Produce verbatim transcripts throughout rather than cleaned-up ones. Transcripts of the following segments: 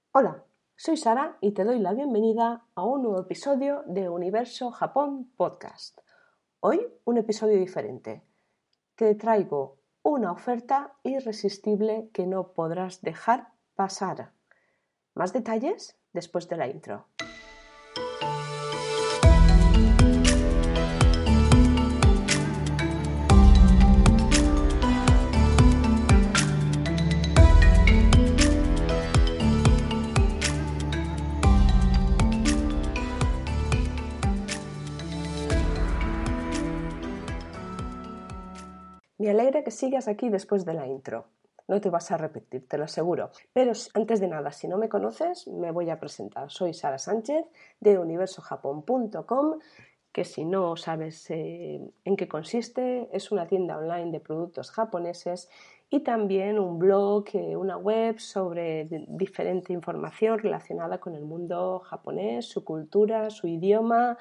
Hola, soy Sara y te doy la bienvenida a un nuevo episodio de Universo Japón Podcast. Hoy un episodio diferente. Te traigo una oferta irresistible que no podrás dejar pasar. Más detalles después de la intro. Me alegra que sigas aquí después de la intro. No te vas a repetir, te lo aseguro. Pero antes de nada, si no me conoces, me voy a presentar. Soy Sara Sánchez de universo japón punto com, que si no sabes eh, en qué consiste, es una tienda online de productos japoneses y también un blog, eh, una web sobre diferente información relacionada con el mundo japonés, su cultura, su idioma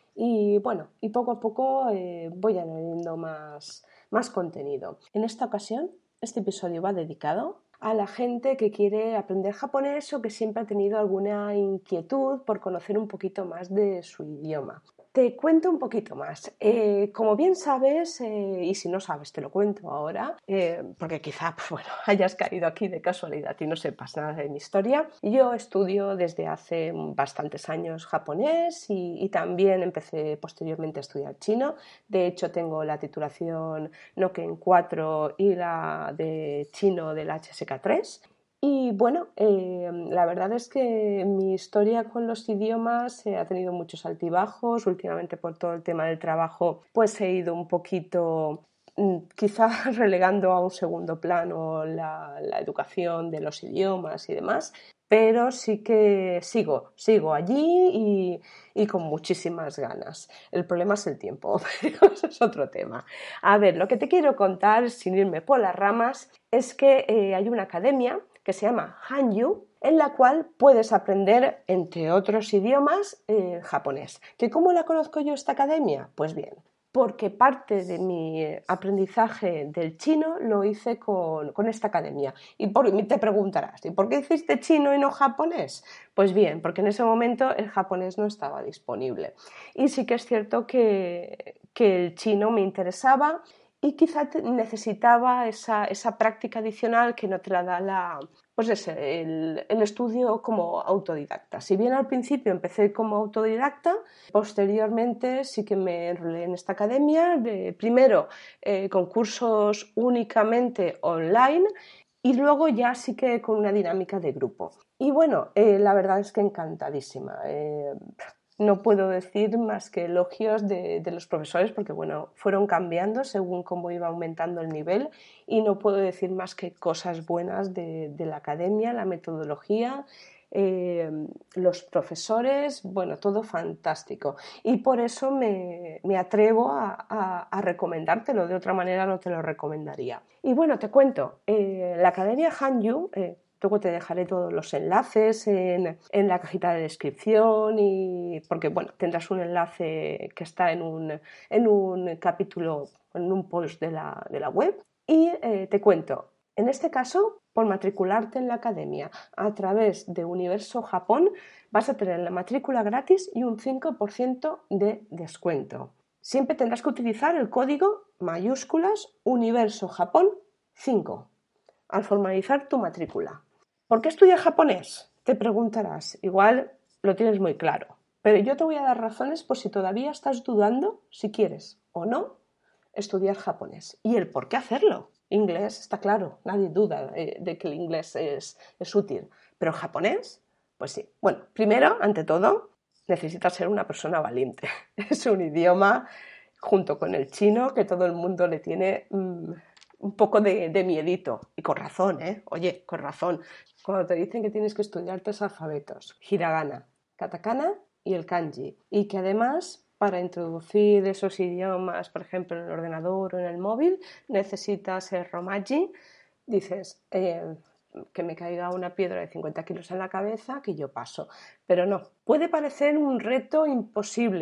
y bueno, y poco a poco eh, voy añadiendo más, más contenido. En esta ocasión, este episodio va dedicado a la gente que quiere aprender japonés o que siempre ha tenido alguna inquietud por conocer un poquito más de su idioma. Te cuento un poquito más. Eh, como bien sabes, eh, y si no sabes te lo cuento ahora, eh, porque quizá pues, bueno, hayas caído aquí de casualidad y no sepas nada de mi historia. Yo estudio desde hace bastantes años japonés y, y también empecé posteriormente a estudiar chino. De hecho, tengo la titulación Noken cuatro y la de chino del H S K tres. Y bueno, eh, la verdad es que mi historia con los idiomas eh, ha tenido muchos altibajos. Últimamente por todo el tema del trabajo pues he ido un poquito mm, quizá relegando a un segundo plano la, la educación de los idiomas y demás, pero sí que sigo, sigo allí y, y con muchísimas ganas. El problema es el tiempo, pero eso es otro tema. A ver, lo que te quiero contar, sin irme por las ramas, es que eh, hay una academia que se llama Hanyu, en la cual puedes aprender, entre otros idiomas, eh, japonés. ¿Que cómo la conozco yo esta academia? Pues bien, porque parte de mi aprendizaje del chino lo hice con, con esta academia. Y por, te preguntarás, ¿y por qué hiciste chino y no japonés? Pues bien, porque en ese momento el japonés no estaba disponible. Y sí que es cierto que, que el chino me interesaba y quizá necesitaba esa, esa práctica adicional que no te la da la, pues ese, el, el estudio como autodidacta. Si bien al principio empecé como autodidacta, posteriormente sí que me enrolé en esta academia, de, primero eh, con cursos únicamente online y luego ya sí que con una dinámica de grupo. Y bueno, eh, la verdad es que encantadísima. Eh, no puedo decir más que elogios de, de los profesores porque bueno, fueron cambiando según cómo iba aumentando el nivel y no puedo decir más que cosas buenas de, de la academia, la metodología, eh, los profesores, bueno, todo fantástico. Y por eso me, me atrevo a, a, a recomendártelo, de otra manera no te lo recomendaría. Y bueno, te cuento, eh, la academia Hanyu, eh, luego te dejaré todos los enlaces en, en la cajita de descripción y porque bueno, tendrás un enlace que está en un, en un capítulo, en un post de la, de la web. Y eh, te cuento, en este caso, por matricularte en la academia a través de Universo Japón, vas a tener la matrícula gratis y un cinco por ciento de descuento. Siempre tendrás que utilizar el código mayúsculas Universo Japón cinco al formalizar tu matrícula. ¿Por qué estudias japonés? Te preguntarás. Igual lo tienes muy claro. Pero yo te voy a dar razones por si todavía estás dudando si quieres o no estudiar japonés. Y el por qué hacerlo. Inglés, está claro, nadie duda de, de que el inglés es, es útil. Pero japonés, pues sí. Bueno, primero, ante todo, necesitas ser una persona valiente. Es un idioma, junto con el chino, que todo el mundo le tiene mmm, un poco de, de miedito. Y con razón, ¿eh? Oye, con razón. Cuando te dicen que tienes que estudiar tres alfabetos, hiragana, katakana y el kanji. Y que además, para introducir esos idiomas, por ejemplo, en el ordenador o en el móvil, necesitas el romaji. Dices, eh, que me caiga una piedra de cincuenta kilos en la cabeza, que yo paso. Pero no, puede parecer un reto imposible,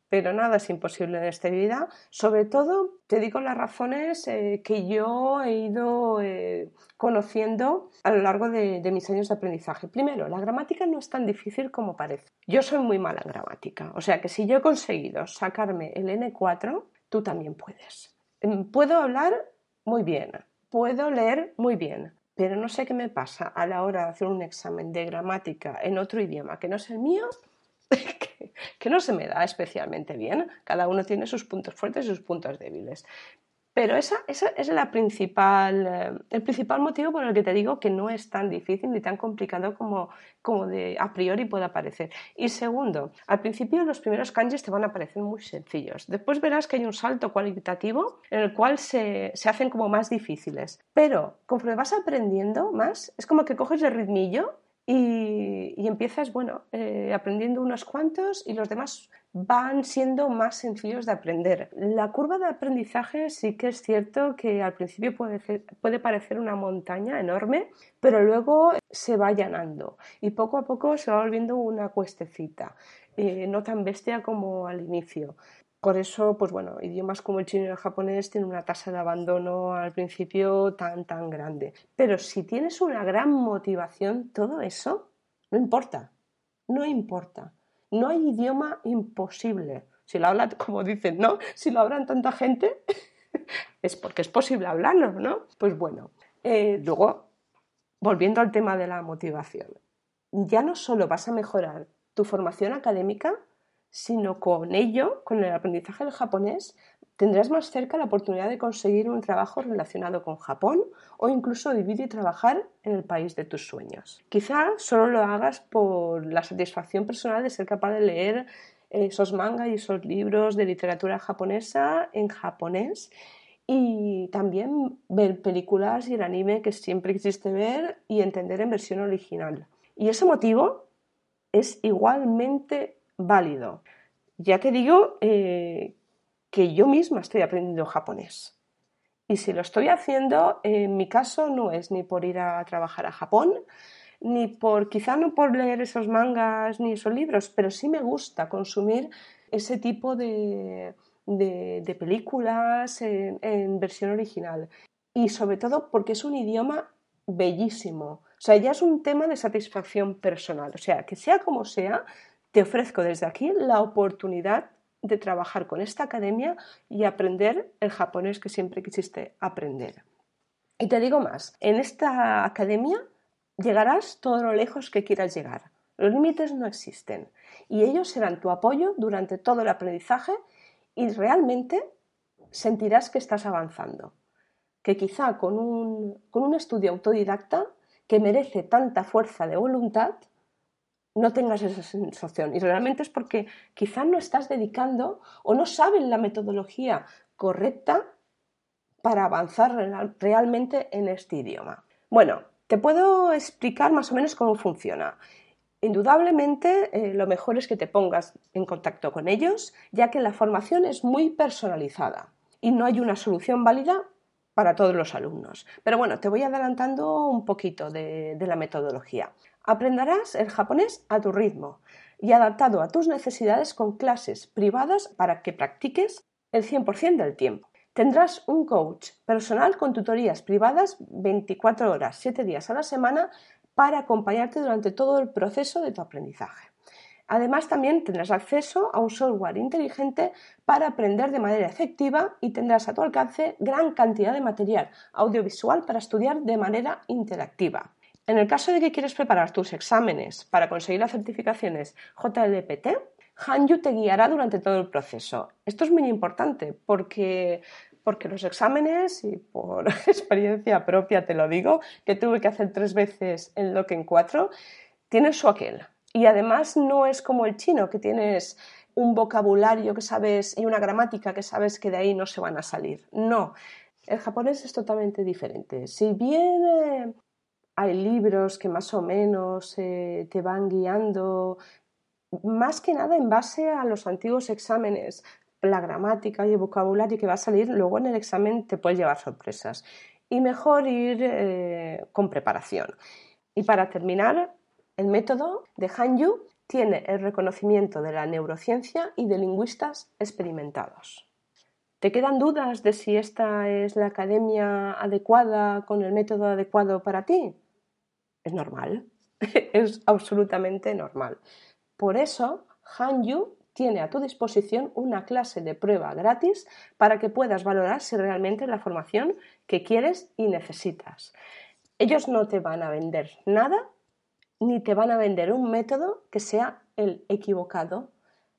pero nada es imposible en esta vida. Sobre todo, te digo las razones eh, que yo he ido eh, conociendo a lo largo de, de mis años de aprendizaje. Primero, la gramática no es tan difícil como parece. Yo soy muy mala en gramática, o sea que si yo he conseguido sacarme el ene cuatro, tú también puedes. Puedo hablar muy bien, puedo leer muy bien, pero no sé qué me pasa a la hora de hacer un examen de gramática en otro idioma que no es el mío, que, que no se me da especialmente bien. Cada uno tiene sus puntos fuertes y sus puntos débiles. Pero esa, esa es la principal, eh, el principal motivo por el que te digo que no es tan difícil ni tan complicado como, como de, a priori pueda parecer. Y segundo, al principio los primeros kanjis te van a parecer muy sencillos. Después verás que hay un salto cualitativo en el cual se, se hacen como más difíciles. Pero conforme vas aprendiendo más, es como que coges el ritmillo y, y empiezas, bueno, eh, aprendiendo unos cuantos y los demás van siendo más sencillos de aprender. La curva de aprendizaje sí que es cierto que al principio puede, ser, puede parecer una montaña enorme, pero luego se va allanando y poco a poco se va volviendo una cuestecita, eh, no tan bestia como al inicio. Por eso, pues bueno, idiomas como el chino y el japonés tienen una tasa de abandono al principio tan, tan grande. Pero si tienes una gran motivación, todo eso no importa, no importa. No hay idioma imposible. Si lo hablan, como dicen, ¿no? Si lo hablan tanta gente, es porque es posible hablarlo, ¿no? Pues bueno, eh, luego, volviendo al tema de la motivación, ya no solo vas a mejorar tu formación académica, sino con ello, con el aprendizaje del japonés, tendrás más cerca la oportunidad de conseguir un trabajo relacionado con Japón o incluso vivir y trabajar en el país de tus sueños. Quizá solo lo hagas por la satisfacción personal de ser capaz de leer esos mangas y esos libros de literatura japonesa en japonés y también ver películas y el anime que siempre quisiste ver y entender en versión original. Y ese motivo es igualmente válido. Ya te digo eh, que yo misma estoy aprendiendo japonés. Y si lo estoy haciendo, en mi caso no es ni por ir a trabajar a Japón, ni por, quizá no por leer esos mangas ni esos libros, pero sí me gusta consumir ese tipo de, de, de películas en, en versión original. Y sobre todo porque es un idioma bellísimo. O sea, ya es un tema de satisfacción personal. O sea, que sea como sea, te ofrezco desde aquí la oportunidad de trabajar con esta academia y aprender el japonés que siempre quisiste aprender. Y te digo más, en esta academia llegarás todo lo lejos que quieras llegar. Los límites no existen y ellos serán tu apoyo durante todo el aprendizaje y realmente sentirás que estás avanzando. Que quizá con un, con un estudio autodidacta que merece tanta fuerza de voluntad no tengas esa sensación. Y realmente es porque quizá no estás dedicando o no sabes la metodología correcta para avanzar realmente en este idioma. Bueno, te puedo explicar más o menos cómo funciona. Indudablemente, eh, lo mejor es que te pongas en contacto con ellos, ya que la formación es muy personalizada y no hay una solución válida para todos los alumnos. Pero bueno, te voy adelantando un poquito de, de la metodología. Aprenderás el japonés a tu ritmo y adaptado a tus necesidades con clases privadas para que practiques el cien por ciento del tiempo. Tendrás un coach personal con tutorías privadas veinticuatro horas, siete días a la semana para acompañarte durante todo el proceso de tu aprendizaje. Además, también tendrás acceso a un software inteligente para aprender de manera efectiva y tendrás a tu alcance gran cantidad de material audiovisual para estudiar de manera interactiva. En el caso de que quieres preparar tus exámenes para conseguir las certificaciones J L P T, Hanyu te guiará durante todo el proceso. Esto es muy importante porque, porque los exámenes, y por experiencia propia te lo digo, que tuve que hacer tres veces en Loken cuatro, tienen su aquel. Y además no es como el chino, que tienes un vocabulario que sabes y una gramática que sabes que de ahí no se van a salir. No, el japonés es totalmente diferente. Si bien eh, hay libros que más o menos eh, te van guiando, más que nada en base a los antiguos exámenes, la gramática y el vocabulario que va a salir, luego en el examen te puede llevar sorpresas. Y mejor ir eh, con preparación. Y para terminar, el método de Hanyu tiene el reconocimiento de la neurociencia y de lingüistas experimentados. ¿Te quedan dudas de si esta es la academia adecuada con el método adecuado para ti? Es normal, es absolutamente normal. Por eso, Hanyu tiene a tu disposición una clase de prueba gratis para que puedas valorar si realmente es la formación que quieres y necesitas. Ellos no te van a vender nada, ni te van a vender un método que sea el equivocado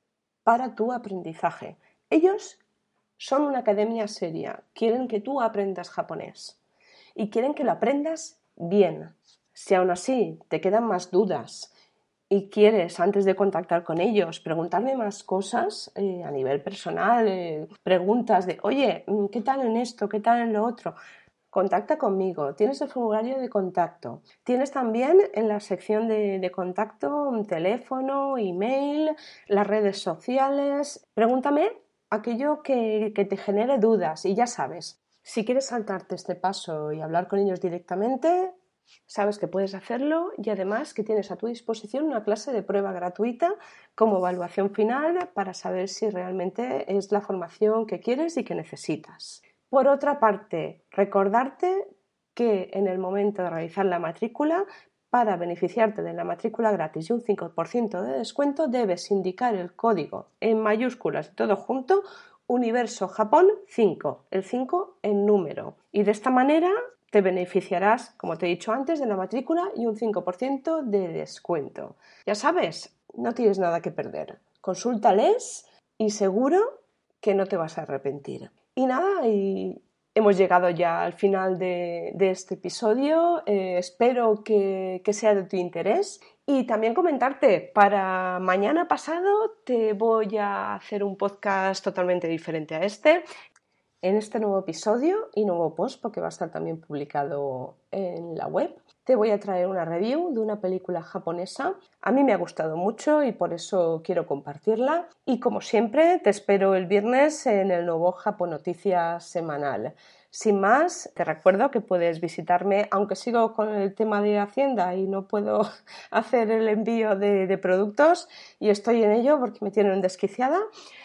para tu aprendizaje. Ellos son una academia seria, quieren que tú aprendas japonés y quieren que lo aprendas bien. Si aún así te quedan más dudas y quieres, antes de contactar con ellos, preguntarme más cosas eh, a nivel personal, eh, preguntas de, oye, ¿qué tal en esto? ¿Qué tal en lo otro? Contacta conmigo, tienes el formulario de contacto, tienes también en la sección de, de contacto un teléfono, email, las redes sociales. Pregúntame aquello que, que te genere dudas y ya sabes, si quieres saltarte este paso y hablar con ellos directamente, sabes que puedes hacerlo y además que tienes a tu disposición una clase de prueba gratuita como evaluación final para saber si realmente es la formación que quieres y que necesitas. Por otra parte, recordarte que en el momento de realizar la matrícula, para beneficiarte de la matrícula gratis y un cinco por ciento de descuento, debes indicar el código en mayúsculas y todo junto, Universo Japón cinco, el cinco en número. Y de esta manera te beneficiarás, como te he dicho antes, de la matrícula y un cinco por ciento de descuento. Ya sabes, no tienes nada que perder. Consúltales y seguro que no te vas a arrepentir. Y nada, y hemos llegado ya al final de, de este episodio. Eh, espero que, que sea de tu interés. Y también comentarte, para mañana pasado te voy a hacer un podcast totalmente diferente a este. En este nuevo episodio y nuevo post, porque va a estar también publicado en la web, te voy a traer una review de una película japonesa. A mí me ha gustado mucho y por eso quiero compartirla. Y como siempre, te espero el viernes en el nuevo Japonoticias semanal. Sin más, te recuerdo que puedes visitarme, aunque sigo con el tema de Hacienda y no puedo hacer el envío de, de productos, y estoy en ello porque me tienen desquiciada.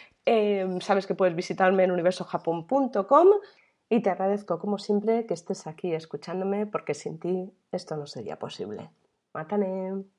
Eh, sabes que puedes visitarme en universo japón punto com y te agradezco como siempre que estés aquí escuchándome porque sin ti esto no sería posible. ¡Mátane!